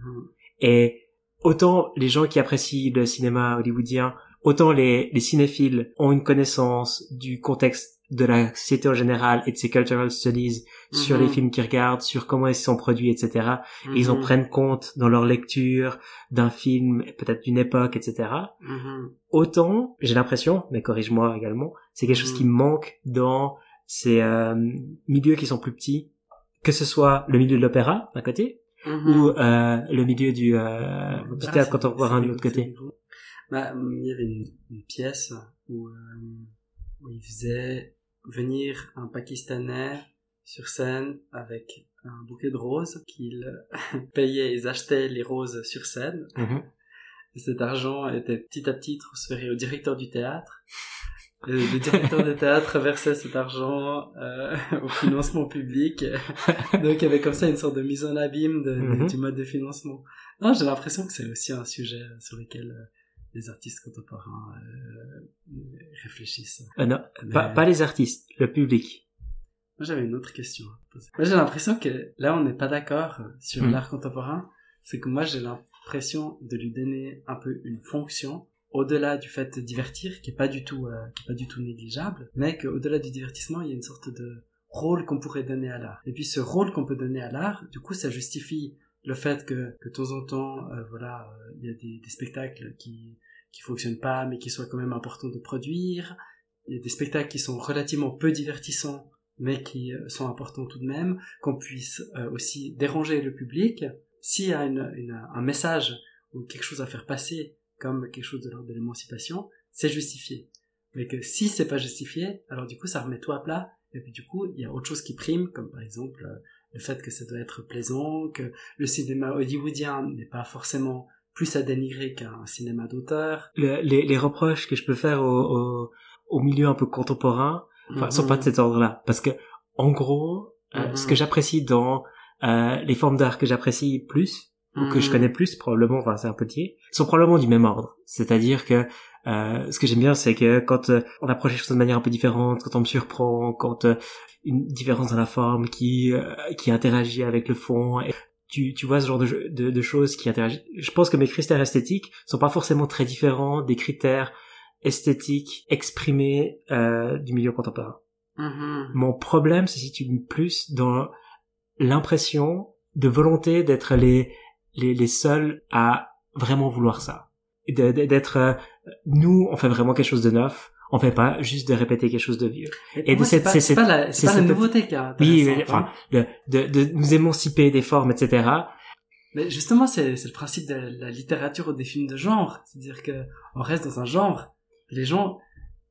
Et autant les gens qui apprécient le cinéma hollywoodien, autant les cinéphiles ont une connaissance du contexte de la société en général et de ses cultural studies sur les films qu'ils regardent, sur comment ils sont produits, etc. Et ils en prennent compte dans leur lecture d'un film, peut-être d'une époque, etc. Autant, j'ai l'impression, mais corrige-moi également, c'est quelque chose qui manque dans ces milieux qui sont plus petits, que ce soit le milieu de l'opéra d'un côté, ou le milieu du théâtre contemporain de l'autre côté. Bah, il y avait une pièce où il faisait venir un Pakistanais sur scène avec un bouquet de roses qu'ils payaient, ils achetaient les roses sur scène. Et cet argent était petit à petit transféré au directeur du théâtre. Et le directeur du théâtre versait cet argent au financement public. Donc il y avait comme ça une sorte de mise en abîme du mode de financement. Non, j'ai l'impression que c'est aussi un sujet sur lequel les artistes contemporains réfléchissent. Non, pas les artistes, le public. Moi j'avais une autre question à poser. Moi j'ai l'impression que là on n'est pas d'accord sur l'art contemporain. C'est que moi j'ai l'impression de lui donner un peu une fonction au-delà du fait de divertir, qui est pas du tout négligeable, mais qu'au-delà du divertissement, il y a une sorte de rôle qu'on pourrait donner à l'art. Et puis ce rôle qu'on peut donner à l'art, du coup, ça justifie le fait que de temps en temps, il y a des spectacles qui fonctionnent pas, mais qui soient quand même importants de produire. Il y a des spectacles qui sont relativement peu divertissants, mais qui sont importants tout de même, qu'on puisse aussi déranger le public. S'il y a un message ou quelque chose à faire passer, comme quelque chose de l'ordre de l'émancipation, c'est justifié. Mais que si c'est pas justifié, alors du coup ça remet tout à plat, et puis du coup il y a autre chose qui prime, comme par exemple le fait que ça doit être plaisant, que le cinéma hollywoodien n'est pas forcément plus à dénigrer qu'un cinéma d'auteur. Les reproches que je peux faire au milieu un peu contemporain, sont pas de cet ordre-là, parce que en gros, ce que j'apprécie dans les formes d'art que j'apprécie plus, ou que je connais plus probablement, enfin c'est un peu lié, sont probablement du même ordre. C'est-à-dire que ce que j'aime bien, c'est que quand on approche les choses de manière un peu différente, quand on me surprend, quand une différence dans la forme qui interagit avec le fond, et tu vois ce genre de choses qui interagissent. Je pense que mes critères esthétiques sont pas forcément très différents des critères esthétiques exprimés du milieu contemporain. Mon problème se situe plus dans l'impression de volonté d'être les seuls à vraiment vouloir ça. D'être, nous, on fait vraiment quelque chose de neuf. On fait pas juste de répéter quelque chose de vieux. Et de c'est pas la nouveauté qui est intéressante. Oui, enfin, de nous émanciper des formes, etc. Mais justement, c'est le principe de la littérature ou des films de genre. C'est-à-dire que on reste dans un genre. Les gens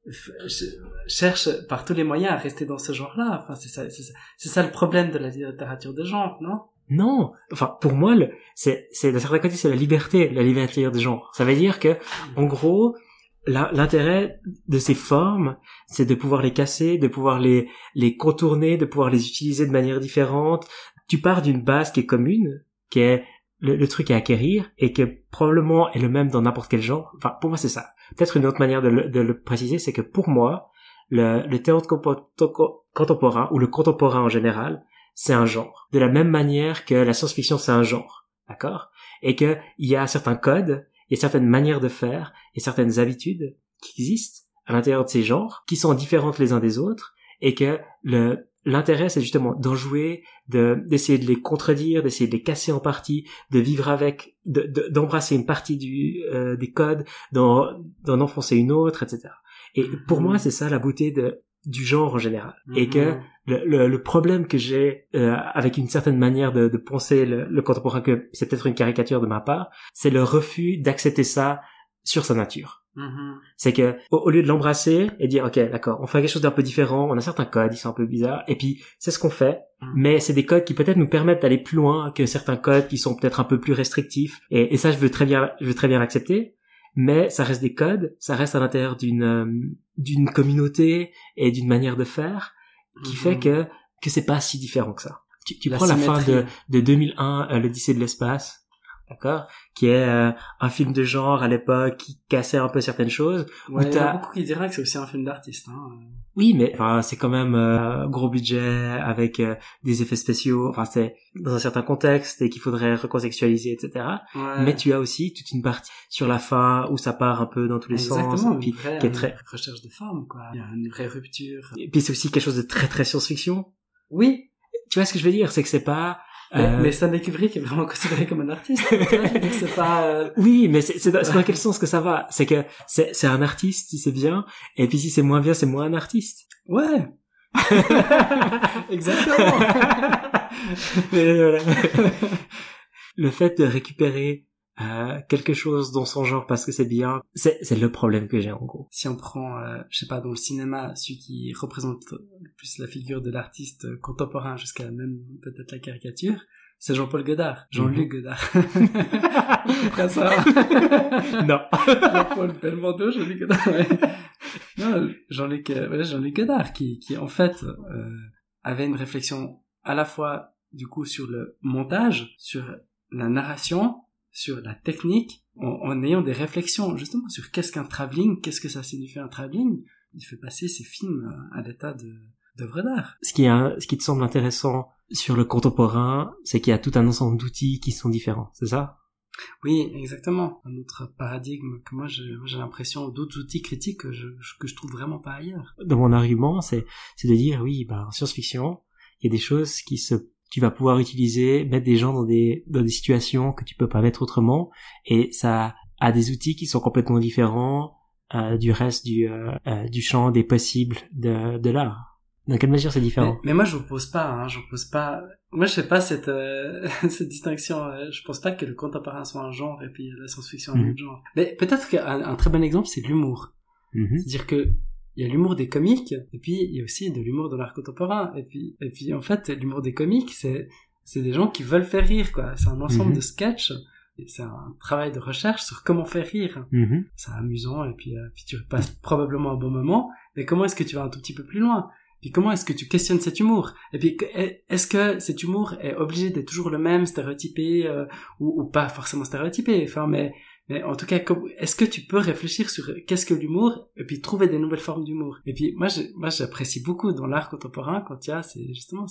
cherchent par tous les moyens à rester dans ce genre-là. Enfin, c'est ça le problème de la littérature de genre, non? Non, enfin pour moi c'est d'un certain côté c'est la liberté de genre. Ça veut dire que en gros l'intérêt de ces formes, c'est de pouvoir les casser, de pouvoir les contourner, de pouvoir les utiliser de manière différente. Tu pars d'une base qui est commune, qui est le truc à acquérir et que probablement est le même dans n'importe quel genre. Enfin pour moi c'est ça. Peut-être une autre manière de le préciser, c'est que pour moi le théâtre contemporain ou le contemporain en général, c'est un genre. De la même manière que la science-fiction, c'est un genre. D'accord? Et que il y a certains codes, il y a certaines manières de faire, et certaines habitudes qui existent à l'intérieur de ces genres, qui sont différentes les uns des autres, et que l'intérêt, c'est justement d'en jouer, d'essayer de les contredire, d'essayer de les casser en partie, de vivre avec, d'embrasser une partie des codes, d'en enfoncer une autre, etc. Et pour moi, c'est ça la beauté du genre en général. Et que le problème que j'ai avec une certaine manière de penser le contemporain, que c'est peut-être une caricature de ma part, c'est le refus d'accepter ça sur sa nature. C'est que au lieu de l'embrasser et dire ok d'accord, on fait quelque chose d'un peu différent, on a certains codes, ils sont un peu bizarres, et puis c'est ce qu'on fait, mais c'est des codes qui peut-être nous permettent d'aller plus loin que certains codes qui sont peut-être un peu plus restrictifs, et ça je veux très bien l'accepter. Mais ça reste des codes, ça reste à l'intérieur d'une communauté et d'une manière de faire qui fait que c'est pas si différent que ça. Tu prends la fin de 2001, l'Odyssée de l'espace, d'accord, qui est un film de genre à l'époque qui cassait un peu certaines choses. Ouais, il y a beaucoup qui diraient que c'est aussi un film d'artiste. Oui, mais enfin c'est quand même gros budget avec des effets spéciaux. Enfin c'est dans un certain contexte et qu'il faudrait recontextualiser, etc. Ouais. Mais tu as aussi toute une partie sur la fin où ça part un peu dans tous les sens, et puis qui est très recherche de forme, quoi. Il y a une vraie rupture. Et puis c'est aussi quelque chose de très très science-fiction. Oui. Tu vois ce que je veux dire, c'est que c'est pas mais Stanley Kubrick est vraiment considéré comme un artiste. C'est pas. Oui, mais c'est dans quel sens que ça va? C'est que c'est un artiste si c'est bien, et puis si c'est moins bien, c'est moins un artiste. Ouais. Exactement. Mais voilà. Le fait de récupérer quelque chose dans son genre parce que c'est bien. C'est le problème que j'ai en gros. Si on prend, je sais pas, dans le cinéma, celui qui représente le plus la figure de l'artiste contemporain jusqu'à même peut-être la caricature, c'est Jean-Paul Godard. Jean-Luc Godard. Après ça. Non. Jean-Paul Belmondo, Jean-Luc Godard, ouais. Non, Jean-Luc Godard, qui en fait, avait une réflexion à la fois, du coup, sur le montage, sur la narration, sur la technique, en ayant des réflexions, justement, sur qu'est-ce qu'un travelling, qu'est-ce que ça signifie un travelling. Il fait passer ses films à l'état d'œuvre d'art. Ce qui te semble intéressant sur le contemporain, c'est qu'il y a tout un ensemble d'outils qui sont différents, c'est ça? Oui, exactement. Un autre paradigme que moi j'ai l'impression d'autres outils critiques que je trouve vraiment pas ailleurs. Dans mon argument, c'est de dire oui, en science-fiction, il y a des choses tu vas pouvoir utiliser, mettre des gens dans des situations que tu peux pas mettre autrement, et ça a des outils qui sont complètement différents du reste du champ des possibles de l'art. Dans quelle mesure c'est différent? Mais moi j'oppose pas. Moi je fais pas cette distinction. Je pense pas que le contemporain soit un genre et puis la science-fiction un autre genre. Mais peut-être qu'un très bon exemple c'est l'humour. C'est-à-dire que il y a l'humour des comiques et puis il y a aussi de l'humour de l'art contemporain. Et puis en fait l'humour des comiques c'est des gens qui veulent faire rire quoi. C'est un ensemble de sketchs. C'est un travail de recherche sur comment faire rire. C'est amusant et puis tu passes probablement un bon moment. Mais comment est-ce que tu vas un tout petit peu plus loin? Puis comment est-ce que tu questionnes cet humour? Et puis est-ce que cet humour est obligé d'être toujours le même, stéréotypé ou pas forcément stéréotypé? Enfin, mais en tout cas, est-ce que tu peux réfléchir sur qu'est-ce que l'humour et puis trouver des nouvelles formes d'humour? Et puis moi j'apprécie beaucoup dans l'art contemporain quand il y a c'est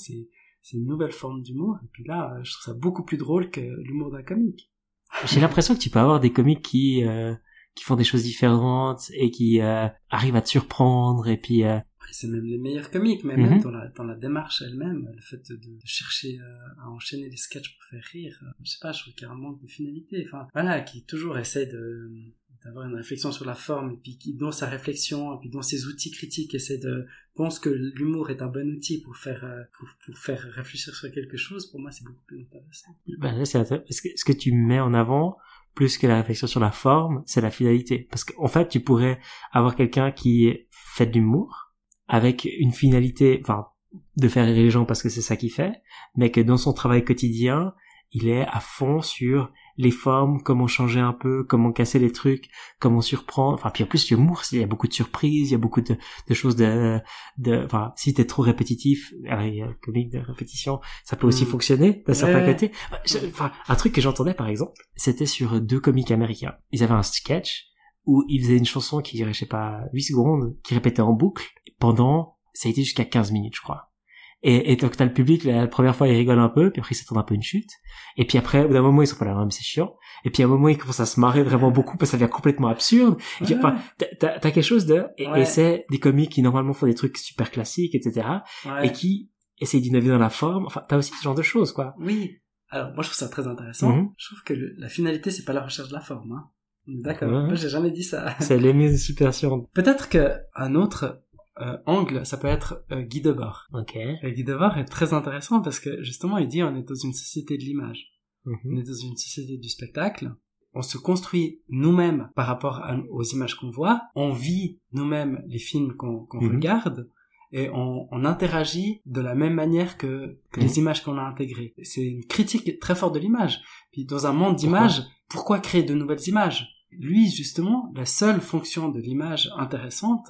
une nouvelle forme d'humour. Et puis là, je trouve ça beaucoup plus drôle que l'humour d'un comique. J'ai l'impression que tu peux avoir des comiques qui font des choses différentes et qui arrivent à te surprendre et puis c'est même les meilleurs comiques, mais même dans la démarche elle-même, le fait de chercher à enchaîner les sketchs pour faire rire, je sais pas, je trouve qu'il y a un manque de finalité. Enfin, voilà, qui toujours essaie d'avoir une réflexion sur la forme, et puis qui, dans sa réflexion, et puis dans ses outils critiques, pense que l'humour est un bon outil pour faire réfléchir sur quelque chose. Pour moi, c'est beaucoup plus intéressant. Là, c'est intéressant. Ce que tu mets en avant, plus que la réflexion sur la forme, c'est la finalité. Parce qu'en fait, tu pourrais avoir quelqu'un qui fait de l'humour, avec une finalité, de faire rire les gens parce que c'est ça qu'il fait, mais que dans son travail quotidien, il est à fond sur les formes, comment changer un peu, comment casser les trucs, comment surprendre. Puis en plus, l'humour, il y a beaucoup de surprises, il y a beaucoup de choses si t'es trop répétitif, comique de répétition, ça peut aussi fonctionner d'un certain côté. Un truc que j'entendais, par exemple, c'était sur 2 comiques américains. Ils avaient un sketch où ils faisaient une chanson qui durait, 8 secondes, qui répétait en boucle, pendant, ça a été jusqu'à 15 minutes, je crois. Et donc t'as le public, la première fois, il rigole un peu, puis après, il s'attend un peu à une chute. Et puis après, au bout d'un moment, ils sont pas là, mais c'est chiant. Et puis à un moment, ils commencent à se marrer vraiment beaucoup, parce que ça devient complètement absurde. Et puis, t'as quelque chose et c'est des comiques qui, normalement, font des trucs super classiques, etc. Et qui essayent d'innover dans la forme. Enfin, t'as aussi ce genre de choses, quoi. Oui. Alors, moi, je trouve ça très intéressant. Je trouve que la finalité, c'est pas la recherche de la forme, hein. D'accord. Moi, j'ai jamais dit ça. C'est l'émancipation. Peut-être qu'un autre angle, ça peut être Guy Debord. Et Guy Debord est très intéressant parce que justement, il dit on est dans une société de l'image. On est dans une société du spectacle. On se construit nous-mêmes par rapport aux images qu'on voit. On vit nous-mêmes les films qu'on regarde. Et on interagit de la même manière que les images qu'on a intégrées. C'est une critique très forte de l'image. Puis dans un monde d'images, pourquoi créer de nouvelles images? Lui, justement, la seule fonction de l'image intéressante,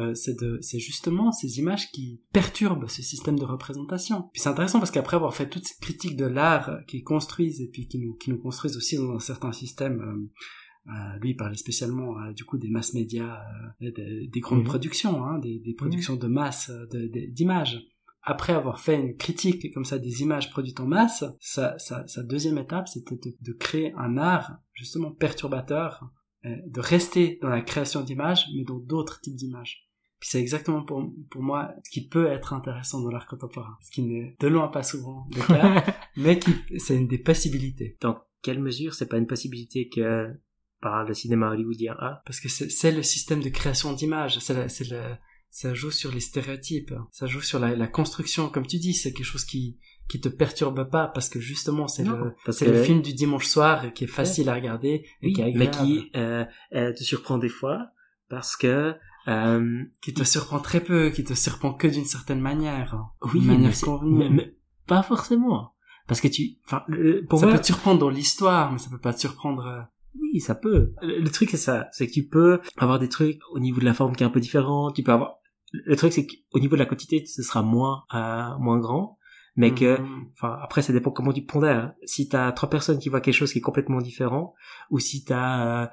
c'est justement ces images qui perturbent ce système de représentation. Puis c'est intéressant parce qu'après avoir fait toute cette critique de l'art qui construisent et puis qui nous construisent aussi dans un certain système, lui il parlait spécialement du coup des mass médias, des grandes productions, des productions de masse d'images. Après avoir fait une critique comme ça des images produites en masse, sa deuxième étape, c'était de créer un art justement perturbateur, de rester dans la création d'images, mais dans d'autres types d'images. Puis c'est exactement pour moi ce qui peut être intéressant dans l'art contemporain, ce qui n'est de loin pas souvent le cas, mais c'est une des possibilités. Dans quelle mesure c'est pas une possibilité que par le cinéma hollywoodien parce que c'est le système de création d'images, ça joue sur les stéréotypes, ça joue sur la construction, comme tu dis, c'est quelque chose qui qui te perturbe pas, parce que justement, c'est le film du dimanche soir qui est facile à regarder, et qui est agréable. Mais qui te surprend des fois, parce que qui te surprend très peu, qui te surprend que d'une certaine manière. Oui, d'une manière convenue. Mais pas forcément. Parce que pour ça moi, peut te surprendre dans l'histoire, mais ça peut pas te surprendre. Oui, ça peut. Le truc c'est ça, c'est que tu peux avoir des trucs au niveau de la forme qui est un peu différent, tu peux avoir, le truc c'est qu'au niveau de la quantité, ce sera moins grand, mais que, après ça dépend comment tu pondères. Si t'as 3 personnes qui voient quelque chose qui est complètement différent, ou si t'as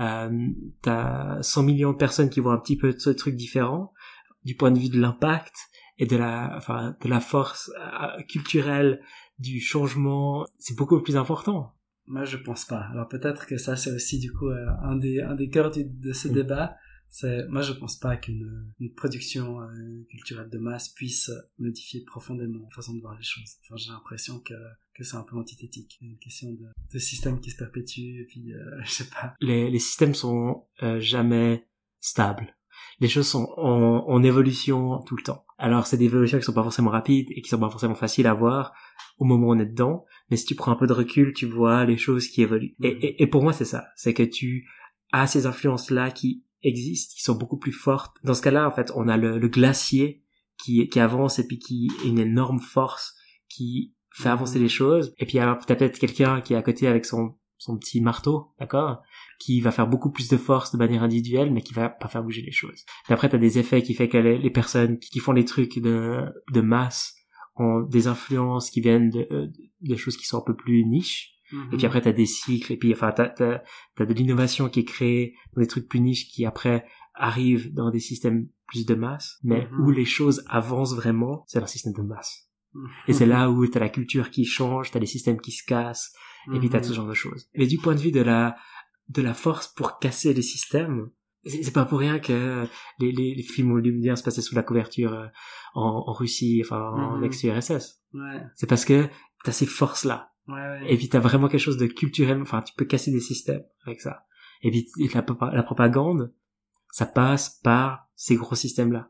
100 millions de personnes qui voient un petit peu de ce truc différent, du point de vue de l'impact et de la force culturelle du changement, c'est beaucoup plus important. Moi, je pense pas. Alors peut-être que ça, c'est aussi du coup un des cœurs de ce débat. Moi, je pense pas qu'une production culturelle de masse puisse modifier profondément la façon de voir les choses. Enfin, j'ai l'impression que c'est un peu antithétique. Une question de système qui se perpétue, et puis je sais pas. Les systèmes sont jamais stables. Les choses sont en évolution tout le temps. Alors c'est des évolutions qui sont pas forcément rapides et qui sont pas forcément faciles à voir au moment où on est dedans, mais si tu prends un peu de recul, tu vois les choses qui évoluent. Et pour moi c'est ça, c'est que tu as ces influences-là qui existent, qui sont beaucoup plus fortes. Dans ce cas-là, en fait, on a le glacier qui avance et puis qui est une énorme force qui fait avancer les choses. Et puis alors t'as peut-être quelqu'un qui est à côté avec son petit marteau, d'accord, qui va faire beaucoup plus de force de manière individuelle, mais qui va pas faire bouger les choses. Et après, t'as des effets qui fait que les personnes qui font les trucs de masse ont des influences qui viennent de choses qui sont un peu plus niches. Et puis après, t'as des cycles, et puis enfin, t'as de l'innovation qui est créée dans des trucs plus niches qui après arrivent dans des systèmes plus de masse, mais où les choses avancent vraiment, c'est dans un système de masse. Et c'est là où t'as la culture qui change, t'as les systèmes qui se cassent, et puis t'as tout ce genre de choses. Mais du point de vue de la force pour casser les systèmes, c'est pas pour rien que les films hollywoodiens se passaient sous la couverture en Russie, enfin en ex-URSS. Ouais. C'est parce que t'as ces forces-là. Ouais. Et puis t'as vraiment quelque chose de culturel, enfin tu peux casser des systèmes avec ça. Et puis la propagande, ça passe par ces gros systèmes-là.